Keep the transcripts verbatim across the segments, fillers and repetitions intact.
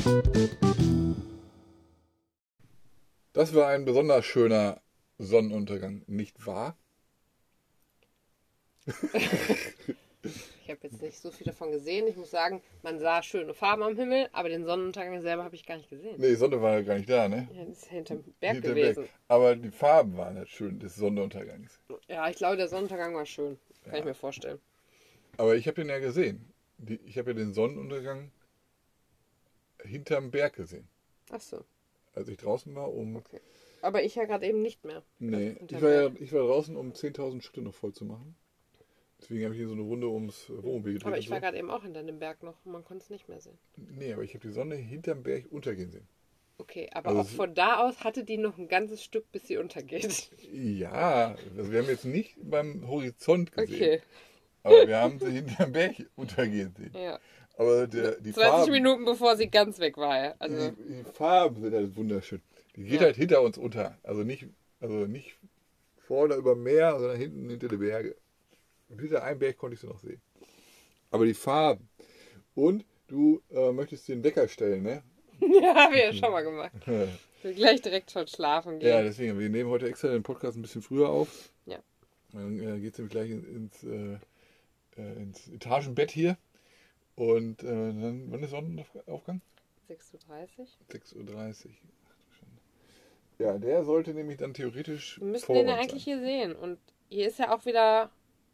Das war ein besonders schöner Sonnenuntergang, nicht wahr? Ich habe jetzt nicht so viel davon gesehen. Ich muss sagen, man sah schöne Farben am Himmel, aber den Sonnenuntergang selber habe ich gar nicht gesehen. Nee, die Sonne war ja gar nicht da, ne? Ja, das ist hinterm Berg Hinterm gewesen. Berg. Aber die Farben waren halt schön des Sonnenuntergangs. Ja, ich glaube, der Sonnenuntergang war schön. Kann Ja. ich mir vorstellen. Aber ich habe den ja gesehen. Die, ich habe ja den Sonnenuntergang hinterm Berg gesehen. Ach so, Als ich draußen war, um... okay. Aber ich ja gerade eben nicht mehr. Nee, Hinterm ich war, ja, Berg. ich war draußen, um zehntausend Schritte noch voll zu machen. Deswegen habe ich hier so eine Runde ums Wohnmobil gedreht. Aber ich und war so. gerade eben auch hinter dem Berg noch und man konnte es nicht mehr sehen. Nee, aber ich habe die Sonne hinterm Berg untergehen sehen. Okay, aber Also auch es- von da aus hatte die noch ein ganzes Stück, bis sie untergeht. Ja, also wir haben jetzt nicht beim Horizont gesehen. Okay, Aber wir haben sie hinterm Berg untergehen sehen. ja. Aber der, die, zwanzig Farben, Minuten bevor sie ganz weg war. Ja. Also, die, die Farben sind halt wunderschön. Die geht Ja. halt hinter uns unter. Also nicht, also nicht vorne über dem Meer, sondern hinten hinter den Berge. Hinter einem Berg konnte ich sie noch sehen. Aber die Farben. Und du äh, möchtest den Wecker stellen, ne? ja, haben wir ja schon mal gemacht. Ich will gleich direkt schon schlafen Ja, gehen. deswegen, wir nehmen heute extra den Podcast ein bisschen früher auf. Ja. Dann äh, geht es nämlich gleich ins, äh, äh, ins Etagenbett hier. Und äh, dann, wann ist Sonnenaufgang? sechs Uhr dreißig. sechs Uhr dreißig. Ach du Schande. Ja, der sollte nämlich dann theoretisch Wir müssen vor den ja uns eigentlich sein. hier sehen. Und hier ist ja auch wieder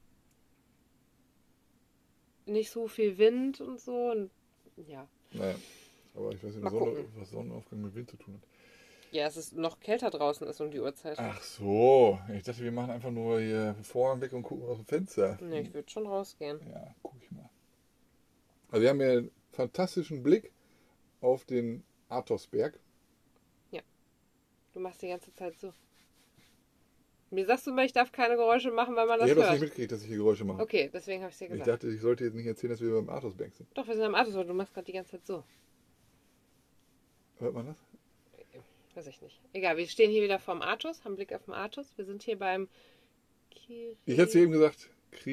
nicht so viel Wind und so. Und ja. Naja, aber ich weiß nicht, Mal was, Sonne, gucken. was Sonnenaufgang mit Wind zu tun hat. Ja, es ist noch kälter draußen ist um die Uhrzeit. Ach so, ich dachte, wir machen einfach nur hier Vorhang weg und gucken aus dem Fenster. Nee, ich würde schon rausgehen. Ja, guck ich mal. Also wir haben hier einen fantastischen Blick auf den Athosberg. Du machst die ganze Zeit so. Mir sagst du mal, ich darf keine Geräusche machen, weil man das Ich habe das nicht hört. mitgekriegt, dass ich hier Geräusche mache. Okay, deswegen habe ich es dir Ich gesagt. dachte, ich sollte jetzt nicht erzählen, dass wir beim Athosberg sind. Doch, wir sind am Auto, aber du machst gerade die ganze Zeit so. Hört man das? Weiß ich nicht. Egal, wir stehen hier wieder vorm Artus, haben Blick auf den Artus. Wir sind hier beim Kiri- Ich hatte es eben gesagt,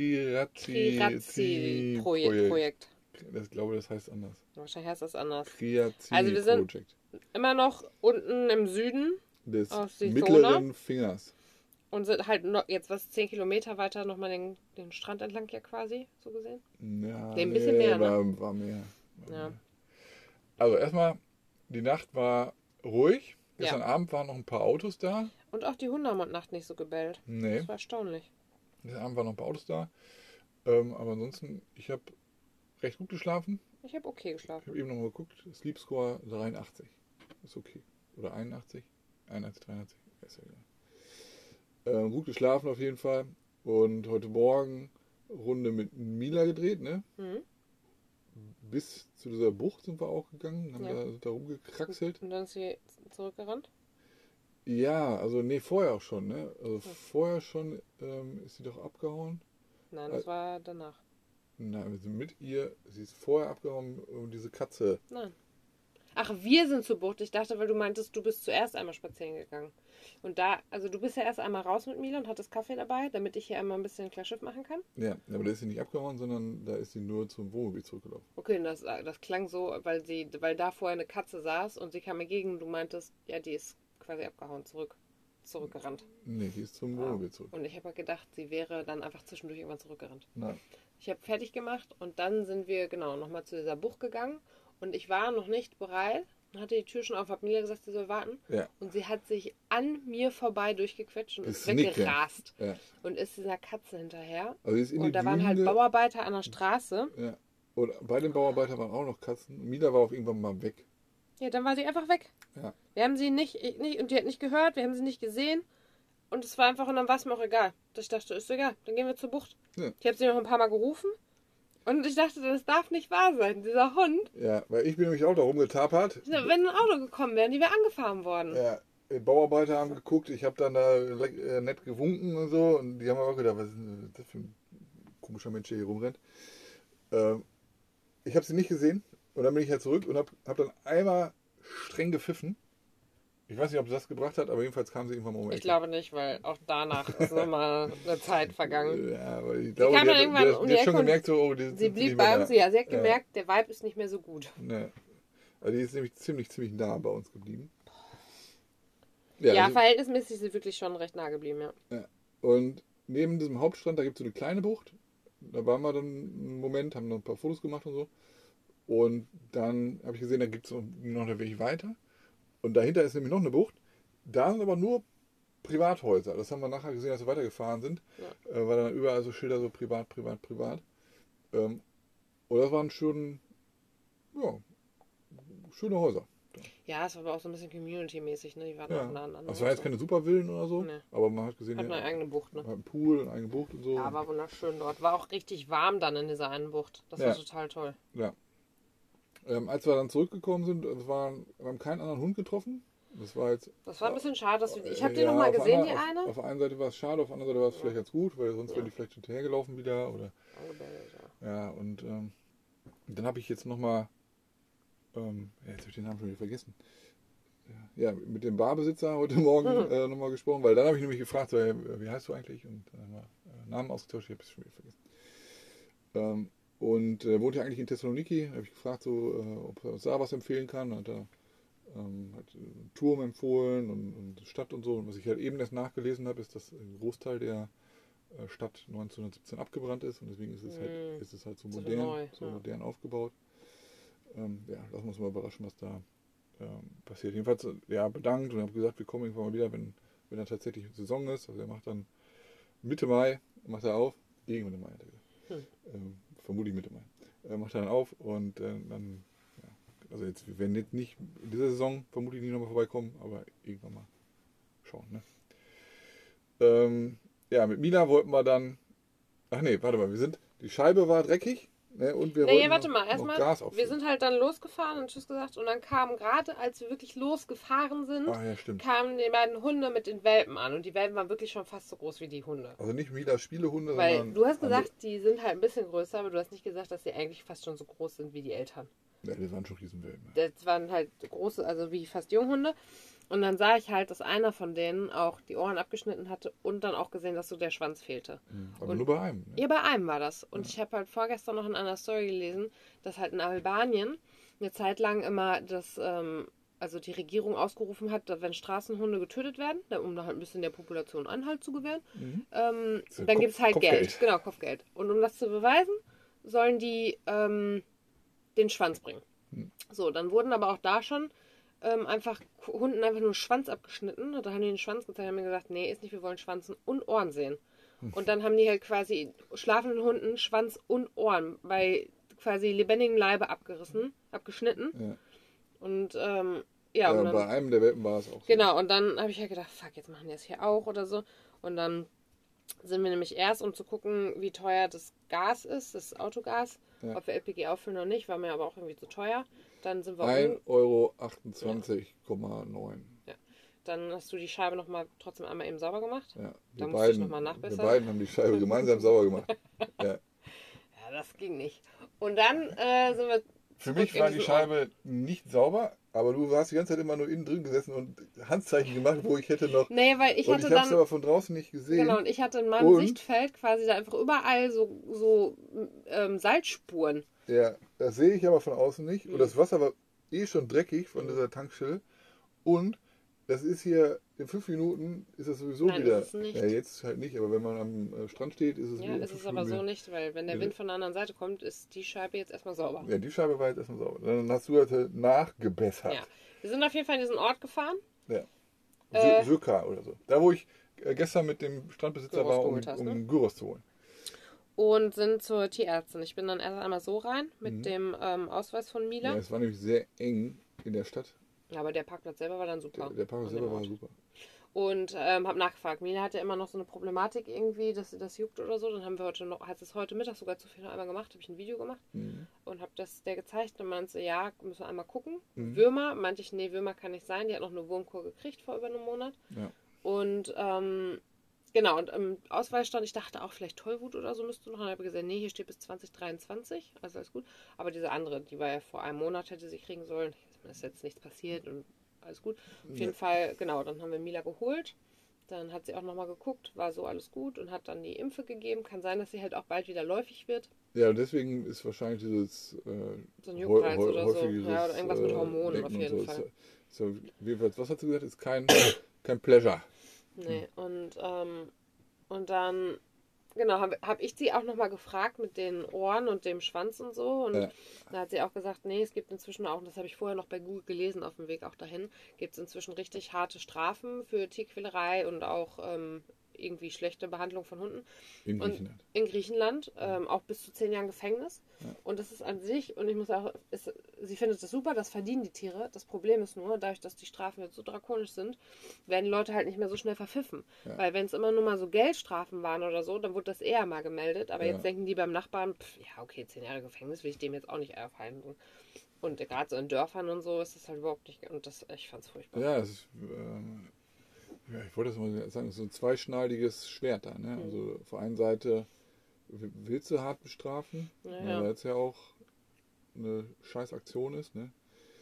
Kriazi-Projekt. Kriazi-Projekt. Das glaube das heißt anders. Wahrscheinlich heißt das anders. Kriazi Also wir sind- Project. Immer noch unten im Süden Des aus Sizona. mittleren Fingers. und sind halt noch, jetzt was, zehn Kilometer weiter nochmal den, den Strand entlang ja quasi, so gesehen. Ja, Nee, ein bisschen mehr, ne? war, war mehr. War Ja. mehr. Also erstmal, die Nacht war ruhig. Gestern Ja. Abend waren noch ein paar Autos da. Und auch die Hunde haben heute Nacht nicht so gebellt. Nee, Das war erstaunlich. gestern Abend waren noch ein paar Autos da. Ähm, aber ansonsten, ich habe recht gut geschlafen. Ich habe okay Ich geschlafen. habe eben noch mal geguckt. Sleep Score dreiundachtzig. Ist okay. Oder einundachtzig. einundachtzig, dreiundachtzig. Ist ja egal. Ähm, gut geschlafen auf jeden Fall. Und heute Morgen Runde mit Mila gedreht, ne? Mhm. Bis zu dieser Bucht sind wir auch gegangen, haben Ja. da, sind da rumgekraxelt. Und dann ist sie zurückgerannt. Ja, also nee, vorher auch schon, ne? Also vorher schon ähm, ist sie doch abgehauen. Nein, das war danach. Nein, wir sind mit ihr, sie ist vorher abgehauen, um diese Katze. Nein. Ach, wir sind zur Bucht. Ich dachte, weil du meintest, du bist zuerst einmal spazieren gegangen. Und da, also du bist ja erst einmal raus mit Mila und hattest Kaffee dabei, damit ich hier einmal ein bisschen Klärschiff machen kann. Ja, aber da ist sie nicht abgehauen, sondern da ist sie nur zum Wohnmobil zurückgelaufen. Okay, und das, das klang so, weil sie, weil da vorher eine Katze saß und sie kam mir entgegen und du meintest, ja, die ist quasi abgehauen, zurück, zurückgerannt. Nee, die ist zum Wohnmobil zurück. Und ich habe gedacht, sie wäre dann einfach zwischendurch irgendwann zurückgerannt. Nein. Ich habe fertig gemacht und dann sind wir, genau, nochmal zu dieser Bucht gegangen und ich war noch nicht bereit und hatte die Tür schon auf, habe Mila gesagt, sie soll warten. Ja. Und sie hat sich an mir vorbei durchgequetscht und ist Gesneakt, ja. weggerast Ja. und ist dieser Katze hinterher. Also sie ist in Und die da waren halt Wüste. Bauarbeiter an der Straße. Ja. Und bei den Bauarbeitern waren auch noch Katzen. Mila war auch irgendwann mal weg. Ja, dann war sie einfach weg. Ja. Wir haben sie nicht, ich- nicht, und die hat nicht gehört, wir haben sie nicht gesehen. Und es war einfach, und dann war es mir auch egal. Ich dachte, ist egal, dann gehen wir zur Bucht. Ja. Ich habe sie noch ein paar Mal gerufen. Und ich dachte, das darf nicht wahr sein, dieser Hund. Ja, weil ich bin nämlich auch da rumgetapert. Wenn ein Auto gekommen wäre, die wäre angefahren worden. Ja, die Bauarbeiter haben geguckt, ich habe dann da le- äh, nett gewunken und so. Und die haben auch gedacht, was ist denn das für ein komischer Mensch, der hier rumrennt. Ähm, ich habe sie nicht gesehen. Und dann bin ich halt zurück und habe hab dann einmal streng gepfiffen. Ich weiß nicht, ob das gebracht hat, aber jedenfalls kam sie irgendwann mal um die Ich Ecke. glaube nicht, weil auch danach ist nochmal eine Zeit vergangen. Ja, aber ich glaube, kam die dann hat, irgendwann die, um die die hat schon Ecke und gemerkt, so, oh, die Sie sind blieb nicht bei mehr uns, da. ja, sie hat Ja. gemerkt, der Vibe ist nicht mehr so gut. Ne. Also die ist nämlich ziemlich, ziemlich nah bei uns geblieben. Ja, Ja, also, verhältnismäßig ist sie wirklich schon recht nah geblieben, ja. ja. Und neben diesem Hauptstrand, da gibt es so eine kleine Bucht. Da waren wir dann einen Moment, haben noch ein paar Fotos gemacht und so. Und dann habe ich gesehen, da gibt es noch einen Weg weiter. Und dahinter ist nämlich noch eine Bucht. Da sind aber nur Privathäuser. Das haben wir nachher gesehen, als wir weitergefahren sind. Ja. Äh, weil dann überall so Schilder so privat, privat, privat. Ähm, und das waren schon, ja, schöne Häuser. Ja, es war aber auch so ein bisschen Community-mäßig, ne? Die waren Ja. auch nah aneinander. Das waren jetzt keine Supervillen oder so, Nee. aber man hat gesehen, Hat eine ja, eigene Bucht, ne? hat einen Pool, eine eigene Bucht und so. Ja, war wunderschön dort. War auch richtig warm dann in dieser einen Bucht. Das Ja. war total toll. Ja. Ähm, als wir dann zurückgekommen sind, es waren, wir haben keinen anderen Hund getroffen. Das war jetzt. Das war ein bisschen schade, dass wir. Ich habe die ja, noch mal auf gesehen, einer, die auf, eine. Auf der einen Seite war es schade, auf der anderen Seite war es Ja. vielleicht ganz gut, weil sonst Ja. wären die vielleicht hinterhergelaufen wieder. Oder, Angebellt, ja. ja, und ähm, dann habe ich jetzt nochmal. Ähm, ja, jetzt habe ich den Namen schon wieder vergessen. Ja, mit dem Barbesitzer heute Morgen Mhm. äh, nochmal gesprochen, weil dann habe ich nämlich gefragt, so, hey, wie heißt du eigentlich? Und dann haben wir äh, Namen ausgetauscht, ich habe es schon wieder vergessen. Ähm, und er äh, wohnt ja eigentlich in Thessaloniki, habe ich gefragt, so, äh, ob er uns da was empfehlen kann. Hat er ähm, hat einen Turm empfohlen und, und Stadt und so. Und was ich halt eben erst nachgelesen habe, ist, dass ein Großteil der äh, Stadt neunzehnhundertsiebzehn abgebrannt ist und deswegen ist es halt, Mhm. ist es halt so So modern, neu, so ja. modern aufgebaut. Ähm, ja, lassen wir uns mal überraschen, was da ähm, passiert. Jedenfalls, ja, bedankt und habe gesagt, wir kommen irgendwann mal wieder, wenn, wenn da tatsächlich Saison ist. Also er macht dann Mitte Mai, macht er auf, irgendwann im Mai hat er gesagt. Hm. Ähm, vermutlich Mitte Mai. Äh, macht er dann auf und äh, dann, ja, also jetzt, wir werden jetzt nicht in dieser Saison vermutlich nicht nochmal vorbeikommen, aber irgendwann mal schauen, ne? Ähm, ja, mit Mina wollten wir dann, ach nee, warte mal, wir sind, die Scheibe war dreckig. Ne, und wir Nee, wollten warte noch, mal, noch erstmal, Gras wir auffüllen. sind halt dann losgefahren und Tschüss gesagt und dann kamen gerade, als wir wirklich losgefahren sind, Ah ja, stimmt. kamen die beiden Hunde mit den Welpen an und die Welpen waren wirklich schon fast so groß wie die Hunde. Also nicht Milas Spielehunde, Weil sondern du hast andere. gesagt, die sind halt ein bisschen größer, aber du hast nicht gesagt, dass sie eigentlich fast schon so groß sind wie die Eltern. Ja, das waren schon Riesenwelpen. Das waren halt große, also wie fast Junghunde. Und dann sah ich halt, dass einer von denen auch die Ohren abgeschnitten hatte und dann auch gesehen, dass so der Schwanz fehlte. Mhm. Aber Und- nur bei einem. Ne? Ja, bei einem war das. Und Ja. ich habe halt vorgestern noch in einer Story gelesen, dass halt in Albanien eine Zeit lang immer das, ähm, also die Regierung ausgerufen hat, dass wenn Straßenhunde getötet werden, um da halt ein bisschen der Population Anhalt zu gewähren, Mhm. ähm, Das ist dann Kopf- gibt es halt Kopfgeld. Geld. Genau, Kopfgeld. Und um das zu beweisen, sollen die ähm, den Schwanz bringen. Hm. So, dann wurden aber auch da schon ähm, einfach Hunden einfach nur Schwanz abgeschnitten. Und da haben die den Schwanz gezeigt und haben mir gesagt, nee, ist nicht, wir wollen Schwanzen und Ohren sehen. Hm. Und dann haben die halt quasi schlafenden Hunden Schwanz und Ohren bei quasi lebendigem Leibe abgerissen, abgeschnitten. Ja. Und ähm, ja, Ja, und und dann, bei einem der Welpen war es auch so. genau, und dann habe ich halt gedacht, fuck, jetzt machen die das hier auch oder so. Und dann sind wir nämlich erst, um zu gucken, wie teuer das Gas ist, das Autogas, Ja. ob wir L P G auffüllen oder nicht, war mir aber auch irgendwie zu teuer. Dann sind wir ein um, Euro achtundzwanzig Komma neun. dann hast du die Scheibe nochmal trotzdem einmal eben sauber gemacht. Ja, Da wir, musste ich beiden, noch mal wir nachbessern. beiden haben die Scheibe gemeinsam sauber gemacht. Ja. Ja, das ging nicht. Und dann äh, sind wir Für zurück mich in war die diesen Scheibe nicht sauber, aber du hast die ganze Zeit immer nur innen drin gesessen und Handzeichen gemacht, wo ich hätte noch. Nee, weil ich und hatte ich habe es dann. aber von draußen nicht gesehen. Genau, und ich hatte in meinem Und? Sichtfeld quasi da einfach überall so, so ähm, Salzspuren. Ja, das sehe ich aber von außen nicht. Mhm. Und das Wasser war eh schon dreckig von Mhm. dieser Tankstelle. Und das ist hier, in fünf Minuten ist das sowieso Nein, wieder. ist es nicht. Ja, jetzt halt nicht, aber wenn man am äh, Strand steht, ist es Ja, wieder in ist fünf es aber Minuten so wieder. nicht, weil wenn der Ja. Wind von der anderen Seite kommt, ist die Scheibe jetzt erstmal sauber. Ja, die Scheibe war jetzt erstmal sauber. Dann hast du halt nachgebessert. Ja. Wir sind auf jeden Fall in diesen Ort gefahren. Ja. Äh. Söka oder so. Da, wo ich äh, gestern mit dem Strandbesitzer Gyros war, um, geholt hast, um ne? Gyros zu holen. Und sind zur Tierärztin. Ich bin dann erst einmal so rein mit Mhm. dem ähm, Ausweis von Ja, Mila. es war nämlich sehr eng in der Stadt. Ja, aber der Parkplatz selber war dann super. Der, der Park An selber dem war Ort. super. Und ähm, habe nachgefragt. Mila hat ja immer noch so eine Problematik irgendwie, dass sie das juckt oder so. Dann haben wir heute noch, hat es heute Mittag sogar zu viel noch einmal gemacht, habe ich ein Video gemacht Mhm. und habe das der gezeigt und meinte, so, ja, müssen wir einmal gucken. Mhm. Würmer, meinte ich, nee, Würmer kann nicht sein. Die hat noch eine Wurmkur gekriegt vor über einem Monat. Ja. Und ähm, genau, und im Ausweis stand, ich dachte auch vielleicht Tollwut oder so müsste noch. Und dann habe ich gesagt, nee, hier steht bis zwanzig dreiundzwanzig, also alles gut. Aber diese andere, die war ja vor einem Monat, hätte sie kriegen sollen. Es ist jetzt nichts passiert und alles gut. Auf jeden Ja. Fall, genau, dann haben wir Mila geholt. Dann hat sie auch nochmal geguckt, war so alles gut und hat dann die Impfe gegeben. Kann sein, dass sie halt auch bald wieder läufig wird. Ja, deswegen ist wahrscheinlich dieses äh, So ein häu- Juckreiz häu- oder so. häufige Ja, oder irgendwas mit äh, Hormonen Lecken auf und jeden so. Fall. Ist, ist, auf jeden Fall, was hast du gesagt? Ist kein, kein Pleasure. Nee, und, ähm, und dann, genau, habe hab ich sie auch nochmal gefragt mit den Ohren und dem Schwanz und so. Und Ja. da hat sie auch gesagt, nee, es gibt inzwischen auch, und das habe ich vorher noch bei Google gelesen auf dem Weg auch dahin, gibt es inzwischen richtig harte Strafen für Tierquälerei und auch ähm, irgendwie schlechte Behandlung von Hunden. In Und Griechenland. in Griechenland ähm, auch bis zu zehn Jahren Gefängnis. Ja. Und das ist an sich, und ich muss auch, ist, sie findet das super, das verdienen die Tiere. Das Problem ist nur, dadurch, dass die Strafen jetzt so drakonisch sind, werden die Leute halt nicht mehr so schnell verpfiffen. Ja. Weil wenn es immer nur mal so Geldstrafen waren oder so, dann wurde das eher mal gemeldet. Aber Ja. jetzt denken die beim Nachbarn, pff, ja okay, zehn Jahre Gefängnis will ich dem jetzt auch nicht aufhalten. Und gerade so in Dörfern und so ist das halt überhaupt nicht, und das, ich fand's furchtbar. Ja, es ist, ähm, ja, ich wollte das mal sagen, so ein zweischneidiges Schwert da. Ne? Mhm. Also auf der einen Seite w- willst du hart bestrafen, Ja, weil ja. jetzt ja auch eine scheiß Aktion ist. Ne?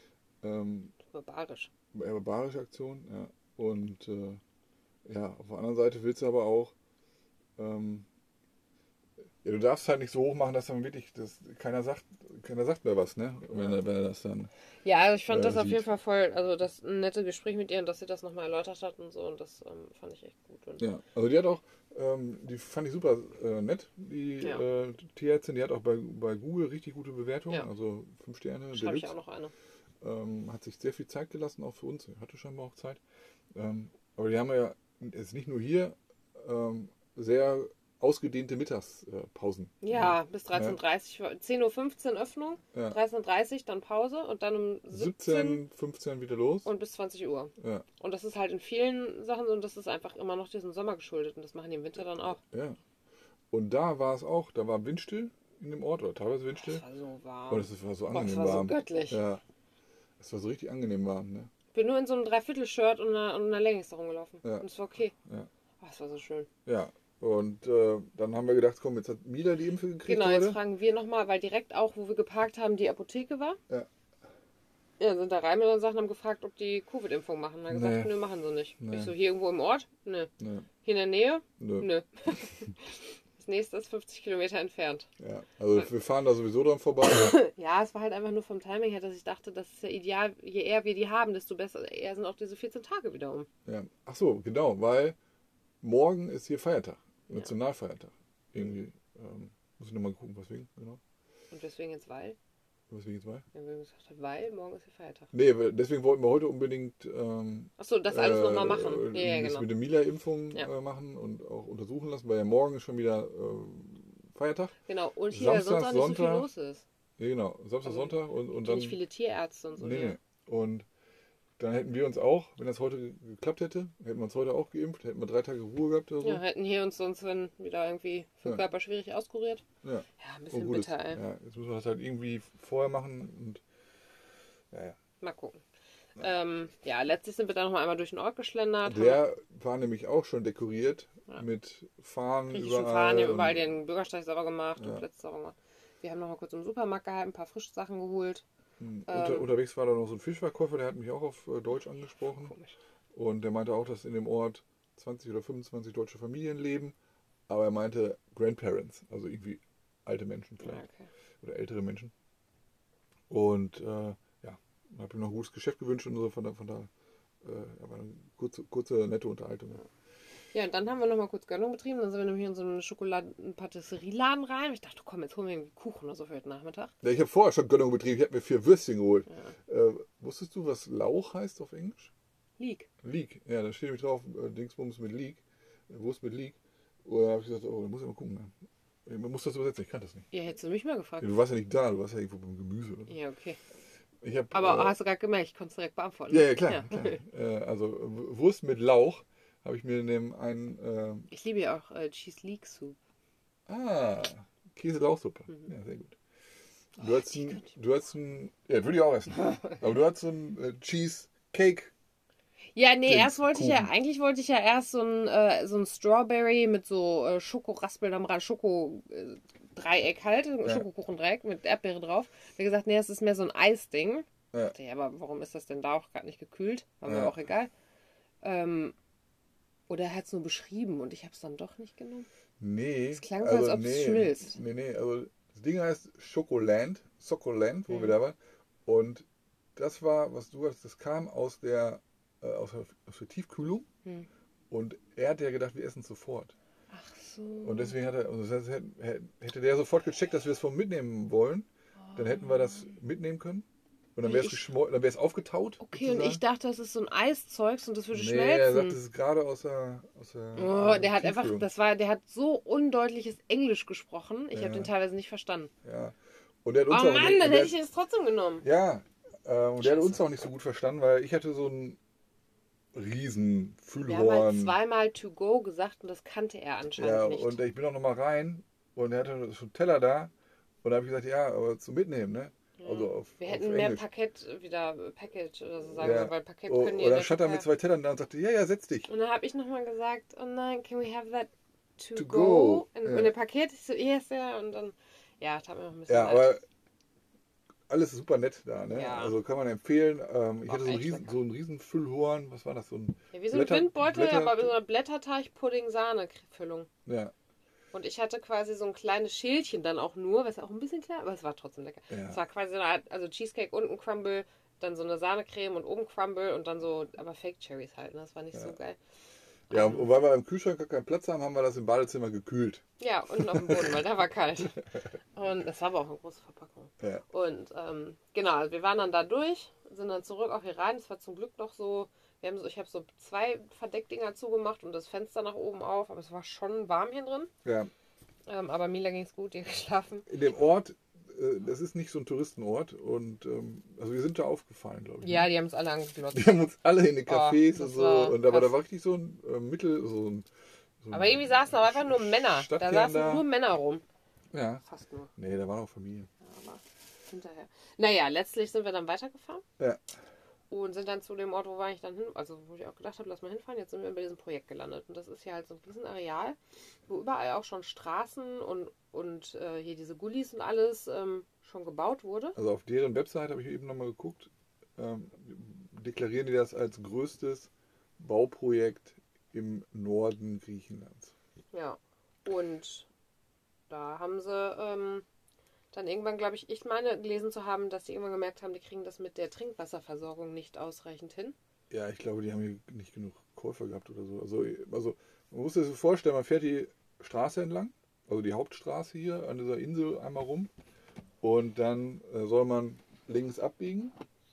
Ähm, Barbarisch. eher barbarische Aktion. Ja. Und äh, ja, auf der anderen Seite willst du aber auch, ähm, ja, du darfst halt nicht so hoch machen, dass dann wirklich, das, keiner sagt, keiner sagt mehr was, ne? Wenn, er- wenn er das dann. Ja, also ich fand äh, das auf sieht. jeden Fall voll, also das ein nettes Gespräch mit ihr und dass sie das nochmal erläutert hat und so, und das ähm, fand ich echt gut. Und Ja, also die hat auch, ähm, die fand ich super äh, nett, die Ja. äh, Tierärztin, die hat auch bei, bei Google richtig gute Bewertungen, Ja. also fünf Sterne, schreibe ich Deluxe. auch noch eine. Ähm, hat sich sehr viel Zeit gelassen, auch für uns, hatte scheinbar auch Zeit. Ähm, aber die haben ja jetzt nicht nur hier ähm, sehr ausgedehnte Mittagspausen. Ja, bis dreizehn Uhr dreißig, zehn Uhr fünfzehn Öffnung, Ja. dreizehn Uhr dreißig dann Pause und dann um siebzehn siebzehn, fünfzehn wieder los. und bis zwanzig Uhr. Ja, Und das ist halt in vielen Sachen so, und das ist einfach immer noch diesem Sommer geschuldet und das machen die im Winter dann auch. ja. Und da war es auch, da war windstill in dem Ort, oder teilweise windstill. Das war so warm. Und es war so Boah, angenehm das war so warm. göttlich. Ja. Es war so richtig angenehm warm, ne? Ich bin nur in so einem Dreiviertel-Shirt und einer, und einer Leggings da rumgelaufen. Ja. Und es war okay. Ja. Oh, das war so schön. Ja. Und äh, dann haben wir gedacht, komm, jetzt hat Mila die Impfe gekriegt Genau, jetzt heute. fragen wir nochmal, weil direkt auch, wo wir geparkt haben, die Apotheke war. Ja. Ja, sind da rein mit unseren Sachen, haben gefragt, ob die Covid-Impfung machen. Haben gesagt, Nee. nö, machen sie nicht. Nee. Ich so, hier irgendwo im Ort? Nö. Ne, Hier in der Nähe? nö. Nö. Das nächste ist fünfzig Kilometer entfernt. Ja. Also wir fahren da sowieso dran vorbei. Ja, es war halt einfach nur vom Timing her, dass ich dachte, das ist ja ideal. Je eher wir die haben, desto besser. Eher sind auch diese vierzehn Tage wieder um. Ja. Ach so, genau, weil morgen ist hier Feiertag, Nationalfeiertag. Irgendwie, ähm, muss ich nochmal gucken, weswegen, genau. Und deswegen jetzt weil? Weswegen jetzt mal? Ja, wir gesagt haben, weil morgen ist hier Feiertag. Nee, weil- deswegen wollten wir heute unbedingt ähm, Achso, das alles äh, nochmal machen. Ja, ja, das genau. mit der Mila-Impfung Ja. äh, machen und auch untersuchen lassen, weil ja morgen ist schon wieder äh, Feiertag. Genau, und hier Samstag, sonst auch nicht so viel Sonntag. los ist. Ja, genau, Samstag, Also, Sonntag und, und Und dann. nicht viele Tierärzte und so. Nee, hier. nee. Und dann hätten wir uns auch, wenn das heute geklappt hätte, hätten wir uns heute auch geimpft, hätten wir drei Tage Ruhe gehabt oder so. Ja, hätten hier uns sonst wenn wieder irgendwie für Ja. Körper schwierig auskuriert. Ja. Ja, ein bisschen Oh, gut, bitter, jetzt, ey. ja, jetzt müssen wir das halt irgendwie vorher machen und ja, ja. Mal gucken. Ja, ähm, ja letztlich sind wir dann noch mal einmal durch den Ort geschlendert. haben Der war nämlich auch schon dekoriert Ja. mit Fahnen griechischen überall. Fahnen, hier überall und- den Bürgersteig sauber gemacht Ja. und Plätze sauber gemacht. Wir haben noch mal kurz im Supermarkt gehalten, ein paar Frischsachen geholt. Hm, Ähm. Unter, unterwegs war da noch so ein Fischverkäufer, der hat mich auch auf äh, Deutsch angesprochen. Komisch. Und der meinte auch, dass in dem Ort zwanzig oder fünfundzwanzig deutsche Familien leben. Aber er meinte Grandparents, also irgendwie alte Menschen Ja, vielleicht. okay. Oder ältere Menschen. Und äh, ja, habe ihm noch ein gutes Geschäft gewünscht und so. Von da, von da äh, aber eine kurze, kurze, nette Unterhaltung. Ja, und dann haben wir noch mal kurz Gönnung betrieben. Dann sind wir nämlich in so einen Schokoladen-Patisserieladen rein. Ich dachte, komm, jetzt holen wir irgendwie Kuchen oder so für heute Nachmittag. Ja, ich habe vorher schon Gönnung betrieben. Ich habe mir vier Würstchen geholt. Ja. Äh, wusstest du, was Lauch heißt auf Englisch? Leek. Leek. Ja, da steht nämlich drauf, äh, Dingsbums mit Leek. Äh, Wurst mit Leek. Und da habe ich gesagt, oh, da muss ich mal gucken. Ne? Man muss das übersetzen, ich kann das nicht. Ja, hättest du mich mal gefragt. Ja, du warst ja nicht da, du warst ja irgendwo beim Gemüse oder so. Ja, okay. Ich hab, Aber äh, hast du gerade gemerkt, ich konnte es direkt beantworten. ja, ja, klar. klar. Äh, also W- Wurst mit Lauch habe ich mir neben einen, äh, Ich liebe ja auch äh, Cheese Leek Soup. ah, Käse-Lauchsuppe. Mhm. Ja, sehr gut. Du hast die ein, könnte ich- du hast ein, ja, würde ich auch essen. Aber du hast so ein äh, Cheesecake. Ja, nee, Den erst wollte ich ja, Kuchen. eigentlich wollte ich ja erst so ein, äh, so ein Strawberry mit so äh, Schokoraspeln am Rand, Schoko-Dreieck halt, Ja. Schokokuchendreieck mit Erdbeere drauf. Der hat gesagt, nee, das ist mehr so ein Eisding. Ja. Ich dachte, ja, aber warum ist das denn da auch gerade nicht gekühlt? War mir Ja. auch egal. Ähm, oder er hat es nur beschrieben und ich habe es dann doch nicht genommen. Nee. Es klang so, als ob es nee, schmilzt. Nee, nee, also Das Ding heißt Schokoland, Sokoland, wo Mhm. wir da waren. Und das war, was du hast, das kam aus der, äh, aus der, aus der Tiefkühlung. Hm. Und er hat ja gedacht, wir essen es sofort. Ach Und so. deswegen hat er, also das heißt, hätte, hätte der sofort gecheckt, dass wir es vom mitnehmen wollen, dann hätten wir das mitnehmen können. Und dann Weil wäre es ich- geschmolzen, dann wäre es aufgetaut. Okay, und ich dachte, das ist so ein Eiszeugs und das würde Nee, er sagt, schmelzen. das ist gerade aus der, aus der Oh, äh, der hat einfach, Tiefkühlung. das war, der hat so undeutliches Englisch gesprochen. Ich Ja. habe den teilweise nicht verstanden. Ja. Und der hat Oh uns auch Mann, nicht, dann der, hätte ich es trotzdem genommen. ja, äh, und der hat Scheiße. uns auch nicht so gut verstanden, weil ich hatte so ein riesen Wir haben halt Füllhorn. zweimal to go gesagt und das kannte er anscheinend Ja, nicht. und ich bin auch noch mal rein und er hatte schon einen Teller da. Und da habe ich gesagt, ja, aber zum Mitnehmen, ne? Ja. Also auf, Wir auf hätten mehr Englisch. Parkett wieder, äh, Package oder so sagen Ja. sollen, weil Parkett Oh, können die in oder der stand er Türkei- mit zwei Tellern da und sagte, ja, ja, setz dich. Und dann habe ich nochmal gesagt, oh nein, can we have that to, To go? go, Und, ja. und der Paket, ich so, yes, ja. Und dann, ja, tat mir noch ein bisschen Ja, leid. aber alles super nett da, ne? Ja. Also kann man empfehlen. Ähm, ich Auch hatte so einen, echt riesen, lecker. so einen riesen Füllhorn. Was war das? So ein, Ja, wie so Blätter- ein Windbeutel, Blätter- aber mit so einer Blätterteig-Pudding-Sahne-Füllung. ja, Und ich hatte quasi so ein kleines Schälchen dann auch nur, was auch ein bisschen klein, aber es war trotzdem lecker. Ja. Es war quasi so eine Art, also Cheesecake unten Crumble, dann so eine Sahnecreme und oben Crumble und dann so, aber Fake Cherries halt, ne? Das war nicht Ja. so geil. ja, Ähm, und weil wir im Kühlschrank gar keinen Platz haben, haben wir das im Badezimmer gekühlt. Ja, unten auf dem Boden, weil da war kalt. Und das war aber auch eine große Verpackung. Ja. Und ähm, genau, also wir waren dann da durch, sind dann zurück auch hier rein. Es war zum Glück noch so, wir haben so, ich habe so zwei Verdeckdinger zugemacht und das Fenster nach oben auf, aber es war schon warm hier drin. Ja. Ähm, aber Mila ging es gut, die hat geschlafen. In dem Ort, äh, das ist nicht so ein Touristenort. Und ähm, also wir sind da aufgefallen, glaube ich. Ja, die haben es alle angeglotzt. Die haben uns alle in den Oh, Cafés das und so. war Und aber krass. da war richtig so ein äh, Mittel, so ein. So ein Aber irgendwie saßen auch einfach nur Männer. Da Stadtkern saßen da. nur Männer rum. Ja. Fast nur. Nee, da waren auch Familien. Ja, aber hinterher. Naja, letztlich sind wir dann weitergefahren. Ja. Und sind dann zu dem Ort, wo war ich dann hin, also wo ich auch gedacht habe, lass mal hinfahren. Jetzt sind wir bei diesem Projekt gelandet. Und das ist hier halt so ein Riesenareal, wo überall auch schon Straßen und, und äh, hier diese Gullis und alles ähm, schon gebaut wurde. Also auf deren Website habe ich eben nochmal geguckt. Ähm, deklarieren die das als größtes Bauprojekt im Norden Griechenlands. Ja. Und da haben sie ähm, dann irgendwann, glaube ich, ich meine gelesen zu haben, dass sie irgendwann gemerkt haben, die kriegen das mit der Trinkwasserversorgung nicht ausreichend hin. Ja, ich glaube, die haben hier nicht genug Käufer gehabt oder so. Also, also man muss sich so vorstellen, man fährt die Straße entlang, also die Hauptstraße hier an dieser Insel einmal rum. Und dann äh, soll man links abbiegen.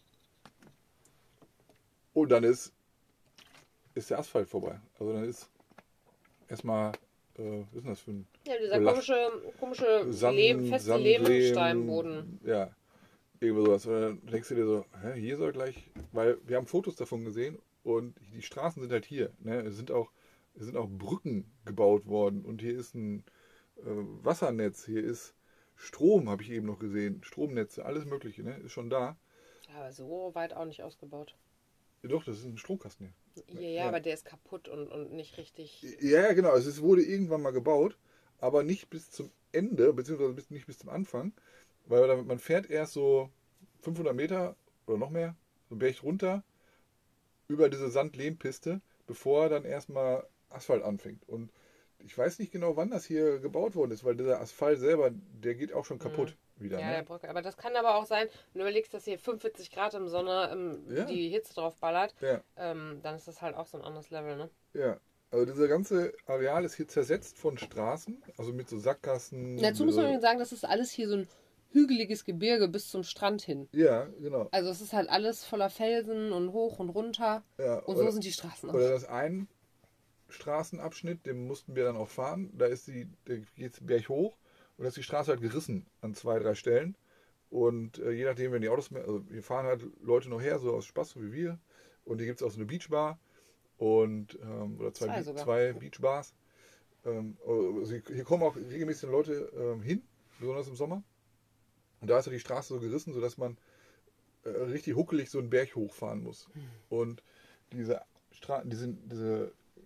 Und dann ist, ist der Asphalt vorbei. Also dann ist erstmal, äh, was ist denn das für ein Ja, dieser Belach- komische, komische Sand, Lehm, feste Sandlehm, Lehmsteinboden. Ja, irgendwie sowas. Und dann denkst du dir so, hä, hier soll gleich, weil wir haben Fotos davon gesehen und die Straßen sind halt hier. Ne? Es sind auch, es sind auch Brücken gebaut worden und hier ist ein äh, Wassernetz, hier ist Strom, habe ich eben noch gesehen, Stromnetze, alles Mögliche, ne? Ist schon da. Ja, aber so weit auch nicht ausgebaut. Ja, doch, das ist ein Stromkasten hier. Ja, ja, Ja. aber der ist kaputt und, und nicht richtig. Ja, ja, genau. Also es wurde irgendwann mal gebaut, aber nicht bis zum Ende, beziehungsweise bis, nicht bis zum Anfang, weil damit man fährt erst so fünfhundert Meter oder noch mehr, so einen Berg runter, über diese Sand-Lehm-Piste, bevor dann erstmal Asphalt anfängt. Und ich weiß nicht genau, wann das hier gebaut worden ist, weil dieser Asphalt selber, der geht auch schon kaputt wieder. Ja, der Ne? Brücke. Aber das kann aber auch sein, wenn du überlegst, dass hier fünfundvierzig Grad im Sonne ähm, Ja. die Hitze drauf ballert, Ja, ähm, dann ist das halt auch so ein anderes Level, ne? ja. Also dieser ganze Areal ist hier zersetzt von Straßen, also mit so Sackgassen. Dazu muss man so, übrigens sagen, das ist alles hier so ein hügeliges Gebirge bis zum Strand hin. ja, genau. Also es ist halt alles voller Felsen und hoch und runter. Ja, Und oder- so sind die Straßen auch. Oder das ein Straßenabschnitt, den mussten wir dann auch fahren. Da ist die, da geht es Berg hoch und da ist die Straße halt gerissen an zwei, drei Stellen. Und äh, je nachdem, wenn die Autos mehr, also hier fahren halt Leute noch her, so aus Spaß, so wie wir. Und hier gibt es auch so eine Beachbar und ähm, oder zwei, Zwei Be- sogar. zwei Beachbars. Ähm, also hier hier kommen auch regelmäßig Leute ähm, hin, besonders im Sommer. Und da ist ja die Straße so gerissen, sodass man äh, richtig huckelig so einen Berg hochfahren muss. Und diese, Stra diese, diese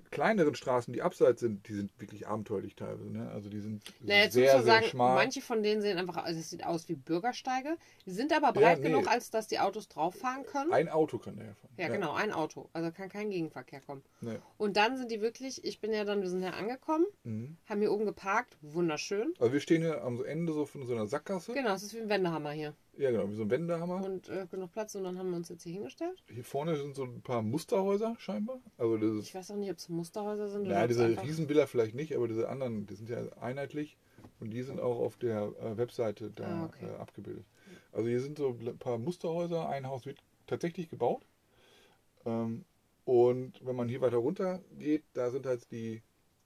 kleineren Straßen, die abseits sind, die sind wirklich abenteuerlich teilweise. Ne? Also die sind Na, jetzt sehr, muss man sehr sagen, schmal. manche von denen sehen einfach, also es sieht aus wie Bürgersteige. Die sind aber breit Ja, nee. genug, als dass die Autos drauf fahren können. Ein Auto kann daher fahren. Ja, genau, ein Auto. Also kann kein Gegenverkehr kommen. Nee. Und dann sind die wirklich, ich bin ja dann, wir sind ja angekommen, Mhm. haben hier oben geparkt, wunderschön. Also wir stehen hier am Ende so von so einer Sackgasse. Genau, es ist wie ein Wendehammer hier. Ja, genau, wie so ein Wendehammer. Und äh, genug Platz und dann haben wir uns jetzt hier hingestellt. Hier vorne sind so ein paar Musterhäuser scheinbar. Also das ist, Ich weiß auch nicht, ob es Musterhäuser sind oder naja, ob es diese einfach... Riesenvilla vielleicht nicht, aber diese anderen, die sind ja einheitlich und die sind auch auf der äh, Webseite da Ah, okay. äh, abgebildet. Also hier sind so ein paar Musterhäuser, ein Haus wird tatsächlich gebaut. Ähm, und wenn man hier weiter runter geht, da sind halt die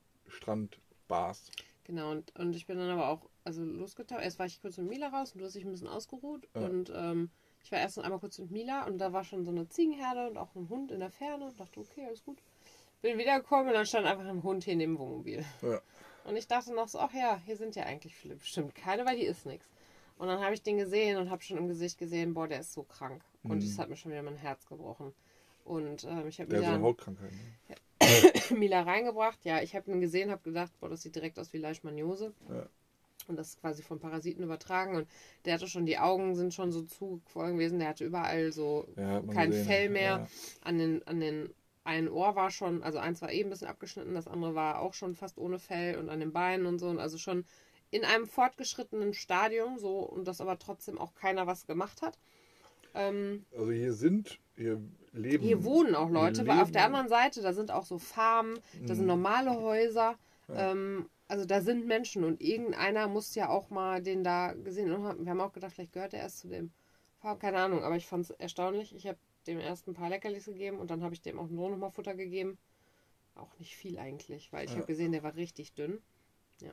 Strandbars. Genau, und, und ich bin dann aber auch also losgetaucht. Erst war ich kurz mit Mila raus und du hast dich ein bisschen ausgeruht. Ja. Und ähm, ich war erst noch einmal kurz mit Mila und da war schon so eine Ziegenherde und auch ein Hund in der Ferne. Und dachte, okay, alles gut. Bin wiedergekommen und dann stand einfach ein Hund hier neben dem Wohnmobil. Ja. Und ich dachte noch so, ach ja, hier sind ja eigentlich viele, bestimmt keine, weil hier ist nichts. Und dann habe ich den gesehen und habe schon im Gesicht gesehen, boah, der ist so krank. Und Mhm. das hat mir schon wieder mein Herz gebrochen. Und ähm, ich habe Der hat so eine Mila, Hautkrankheit. Ne? Mila reingebracht. Ja, ich habe ihn gesehen, habe gedacht, boah, das sieht direkt aus wie Leishmaniose. Ja. Und das ist quasi von Parasiten übertragen. Und der hatte schon, die Augen sind schon so zugequollen gewesen. Der hatte überall so Ja, hat man kein gesehen. Fell mehr. Ja. An den, an den ein Ohr war schon, also eins war eben ein bisschen abgeschnitten, das andere war auch schon fast ohne Fell und an den Beinen und so. Und also schon in einem fortgeschrittenen Stadium, so, und das aber trotzdem auch keiner was gemacht hat. Ähm, Also hier sind, hier leben. hier wohnen auch Leute, hier weil auf der leben- anderen Seite, da sind auch so Farmen, da sind Mhm. normale Häuser. Ja. Ähm, also da sind Menschen und irgendeiner muss ja auch mal den da gesehen haben. Wir haben auch gedacht, vielleicht gehört er erst zu dem Farm, keine Ahnung, aber ich fand es erstaunlich. Ich habe dem erst ein paar Leckerlis gegeben und dann habe ich dem auch nur noch mal Futter gegeben. Auch nicht viel eigentlich, weil ich Ja. habe gesehen, der war richtig dünn. Ja.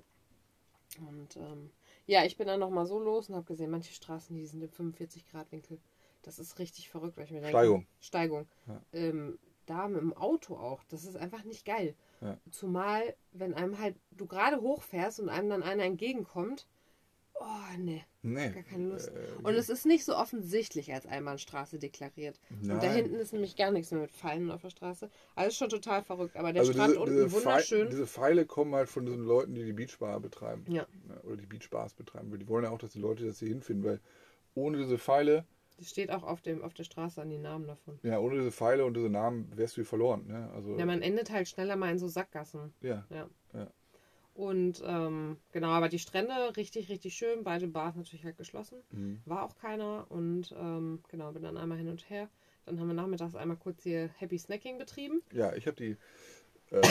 Und ähm, ja, ich bin dann noch mal so los und habe gesehen, manche Straßen, die sind im fünfundvierzig Grad Winkel. Das ist richtig verrückt, weil ich mir denke, Steigung. Steigung. Ja. Ähm, da mit dem Auto auch, das ist einfach nicht geil. Ja. Zumal, wenn einem halt, du gerade hochfährst und einem dann einer entgegenkommt, oh ne, Nee. gar keine Lust. Äh, Und es ist nicht so offensichtlich als Einbahnstraße deklariert. Und da nein. hinten ist nämlich gar nichts mehr mit Pfeilen auf der Straße. Also ist schon total verrückt. Aber der Also Strand diese, unten diese, wunderschön. Pfeile, diese Pfeile kommen halt von diesen Leuten, die die Beachbar betreiben. Ja. Oder die Beachbars betreiben. Weil die wollen ja auch, dass die Leute das hier hinfinden, weil ohne diese Pfeile, Die steht auch auf, dem, auf der Straße an die Namen davon. ja, ohne diese Pfeile und diese Namen wärst du hier verloren. Ne? Also, Ja, man endet halt schneller mal in so Sackgassen. ja. Ja. Ja. Und ähm, genau, aber die Strände richtig, richtig schön. Beide Bars natürlich halt geschlossen. Mhm. War auch keiner. Und ähm, genau, bin dann einmal hin und her. Dann haben wir nachmittags einmal kurz hier Happy Snacking betrieben. Ja, ich habe die äh,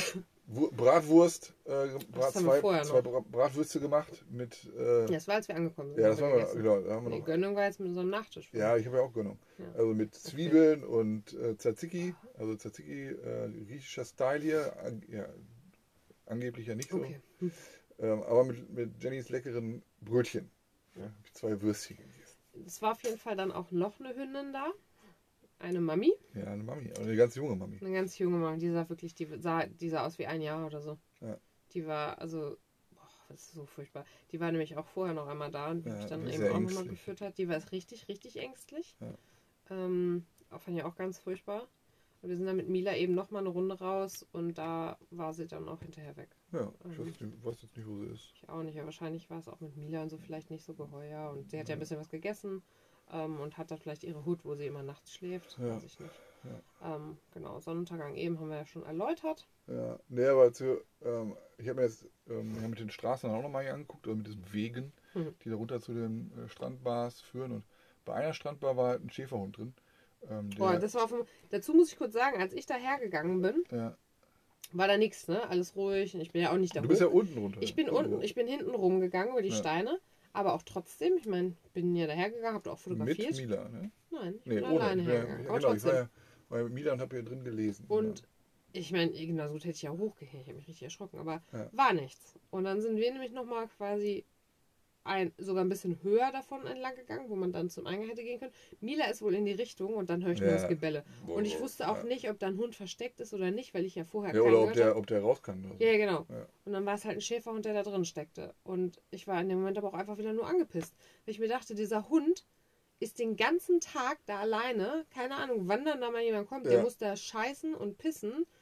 Wu- Bratwurst, äh, Brat, haben wir zwei, vorher zwei noch. Bra Bratwürste gemacht mit. Äh, Ja, das war, als wir angekommen sind. ja, das haben war wir wir, gegessen. genau, da haben wir Die noch. Gönnung war jetzt mit so einem Nachtisch. Ja, ich habe ja auch Gönnung. Ja. Also mit Zwiebeln und äh, Tzatziki. Also Tzatziki, äh, griechischer Style hier. An, ja, angeblich ja nicht so. Okay. Hm. Ähm, aber mit, mit Jennys leckeren Brötchen. Ja, hab ich zwei Würstchen gegessen. Es war auf jeden Fall dann auch noch eine Hündin da. Eine Mami. Ja, eine Mami. Aber eine ganz junge Mami. Eine ganz junge Mami. Die sah wirklich, die sah, die sah aus wie ein Jahr oder so. Ja. Die war, also, boah, das ist so furchtbar. Die war nämlich auch vorher noch einmal da und die Ja, habe ich dann die ist eben sehr auch nochmal ängstlich. gefüttert. Die war richtig, richtig ängstlich. Ja. Ähm, auch fand ich auch ganz furchtbar. Und wir sind dann mit Mila eben nochmal eine Runde raus und da war sie dann auch hinterher weg. Ja, ich Mhm. weiß, nicht, weiß jetzt nicht, wo sie ist. Ich auch nicht, aber wahrscheinlich war es auch mit Mila und so vielleicht nicht so geheuer. Und sie hat ja ein bisschen was gegessen ähm, und hat dann vielleicht ihre Hut, wo sie immer nachts schläft. Ja. Weiß ich nicht. Ähm, genau, Sonnenuntergang eben haben wir ja schon erläutert. Ja, nee, aber zu, ähm, ich habe mir jetzt ähm, ja, mit den Straßen auch nochmal hier angeguckt, oder mit diesen Wegen, Mhm. die da runter zu den äh, Strandbars führen. Und bei einer Strandbar war halt ein Schäferhund drin. Ähm, der, Boah, das war auf dem, dazu muss ich kurz sagen, als ich daher gegangen bin, ja, war da nichts, ne? Alles ruhig. Und ich bin ja auch nicht da du bist ja hoch. unten runter. Ich bin Unten unten, ich bin hinten rumgegangen über die Ja. Steine, aber auch trotzdem, ich meine, bin ja daher gegangen, hab da auch fotografiert. Mit Mila, ne? Nein, ich Nee, bin ohne. alleine Ja, hergegangen. ja, Aber genau, ich war trotzdem. ja war ja mit Mila und habe hier drin gelesen. Und ich meine, genauso gut hätte ich ja hochgehen, ich habe mich richtig erschrocken, aber Ja. war nichts. Und dann sind wir nämlich nochmal quasi ein, sogar ein bisschen höher davon entlang gegangen, wo man dann zum Eingang hätte gehen können. Mila ist wohl in die Richtung und dann höre ich nur Ja. das Gebelle. Boah, Und ich wusste auch ja. nicht, ob da ein Hund versteckt ist oder nicht, weil ich ja vorher Ja, keinen oder ob gehört der, habe. ob der raus kann. Oder so. Ja, ja, genau. Ja. Und dann war es halt ein Schäferhund, der da drin steckte. Und ich war in dem Moment aber auch einfach wieder nur angepisst. Weil ich mir dachte, dieser Hund ist den ganzen Tag da alleine. Keine Ahnung, wann dann da mal jemand kommt. Der Ja. muss da scheißen und pissen.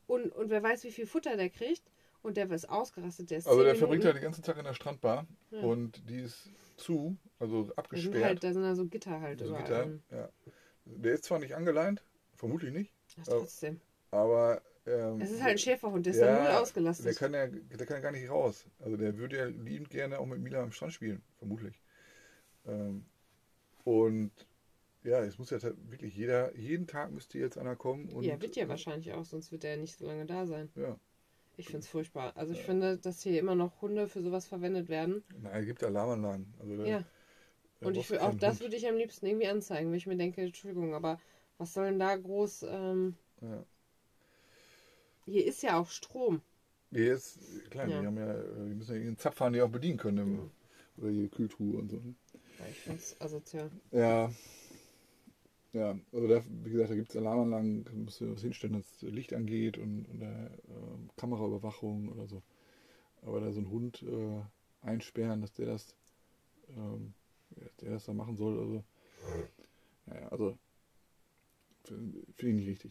Und, und wer weiß, wie viel Futter der kriegt. Und der ist ausgerastet. Der ist Also zehn der Minuten. verbringt ja den ganzen Tag in der Strandbar Ja. und die ist zu, also Da sind abgesperrt. halt, da sind da so Gitter halt So überall. Gitter, ja. Der ist zwar nicht angeleint, vermutlich nicht, Ach, trotzdem. aber ähm, Es ist halt ein Schäferhund, der ist ja, da null der ausgelastet. kann ja, der kann ja gar nicht raus. Also der würde ja liebend gerne auch mit Mila am Strand spielen, vermutlich. Ähm, und ja, es muss ja ta- wirklich jeder, jeden Tag müsste jetzt einer kommen und. Ja, wird ja äh, wahrscheinlich auch, sonst wird er ja nicht so lange da sein. Ja. Ich finde es furchtbar. Also ich Ja. finde, dass hier immer noch Hunde für sowas verwendet werden. Nein, es gibt Alarmanlagen. Also da, Ja. da Und ich brauchst du will, auch keinen das Hund. würde ich am liebsten irgendwie anzeigen, wenn ich mir denke, Entschuldigung, aber was soll denn da groß. Ähm, Ja. hier ist ja auch Strom. Die ist, klar, Ja. die haben ja, die müssen ja irgendeinen Zapf haben, die auch bedienen können. Im, Ja. Oder die Kühltruhe und so. Ne? Ja, ich finde es asozial. Ja. Ja, also da, wie gesagt, da gibt es Alarmanlagen, da musst du was hinstellen, dass das Licht angeht und, und äh, Kameraüberwachung oder so. Aber da so einen Hund äh, einsperren, dass der das, ähm, dass der das da machen soll, also, naja, also finde find ich nicht richtig.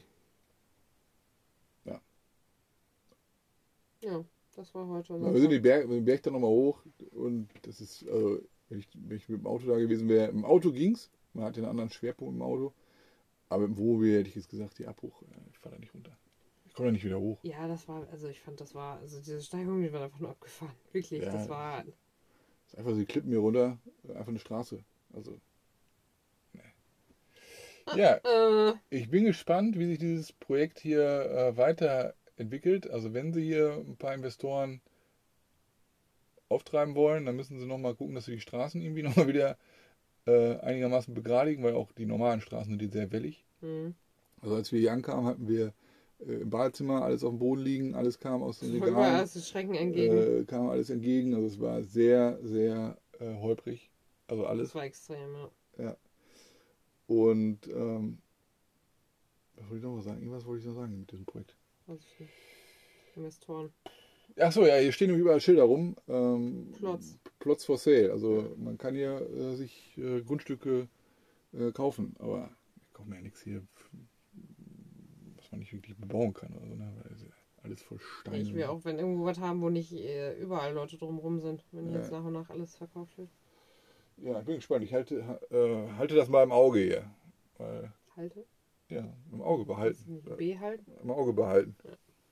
Ja, das war heute. Na, wir sind den Berg, den Berg dann nochmal hoch und das ist, also, wenn ich, wenn ich mit dem Auto da gewesen wäre, im Auto ging's, man hat den anderen Schwerpunkt im Auto, aber im Wohnmobil hätte ich jetzt gesagt, die Abbruch, äh, ich fahre da nicht runter. Ich komme da nicht wieder hoch. Ja, das war, also ich fand, das war, also diese Steigung, die war einfach nur abgefahren. Wirklich, Ja. das war. Das ist einfach so, die klippen hier runter, einfach eine Straße. Also, ne. Ja, Äh, ich bin gespannt, wie sich dieses Projekt hier äh, weiterentwickelt. Also wenn sie hier ein paar Investoren auftreiben wollen, dann müssen sie nochmal gucken, dass sie die Straßen irgendwie nochmal wieder äh, einigermaßen begradigen, weil auch die normalen Straßen sind hier sehr wellig. hm. Also als wir hier ankamen, hatten wir äh, im Badezimmer alles auf dem Boden liegen, alles kam aus den Überall Regalen, aus den Schrecken entgegen. äh, kam alles entgegen. Also es war sehr, sehr äh, holprig. Also alles. Das war extrem, ja. Ja. Und ähm, was wollte ich noch was sagen? Irgendwas wollte ich noch sagen mit diesem Projekt. Weiß ich nicht. Investoren. Achso, ja, hier stehen nämlich überall Schilder rum. Ähm, Plots. Plots for sale. Also man kann hier äh, sich äh, Grundstücke äh, kaufen, aber ich kaufe mir ja nichts hier, was man nicht wirklich bebauen kann. Also, ne? Weil es ist alles voll Steine. Ich will auch, wenn irgendwo was haben, wo nicht äh, überall Leute drumherum sind, wenn Ja. jetzt nach und nach alles verkauft wird. Ja, ich bin gespannt. Ich halte, äh, halte das mal im Auge hier. Weil, Halte? ja, im Auge behalten. Nicht B halten? Im Auge behalten. Ja.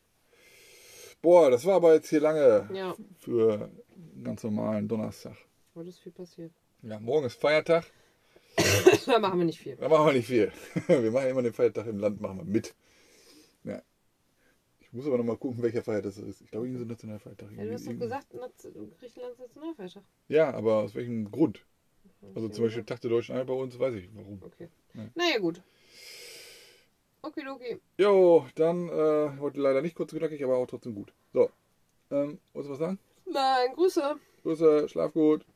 Boah, das war aber jetzt hier lange Ja, für einen ganz normalen Donnerstag. heute ist viel passiert. Ja, morgen ist Feiertag. Da machen wir nicht viel. Da machen wir nicht viel. Wir machen immer den Feiertag im Land, machen wir mit. Ja. Ich muss aber noch mal gucken, welcher Feiertag das ist. Ich glaube, irgendein Nationalfeiertag. Ja, du hast doch Irgendein- gesagt, Naz- Griechenlands Nationalfeiertag. Ja, aber aus welchem Grund? Also Okay. zum Beispiel Tag der Deutschen Einheit bei uns, weiß ich warum. Okay. Ja. Naja, gut. Okidoki. Jo, dann äh, heute leider nicht kurz und knackig, aber auch trotzdem gut. So, ähm, wolltest du was sagen? Nein, Grüße. Grüße, schlaf gut.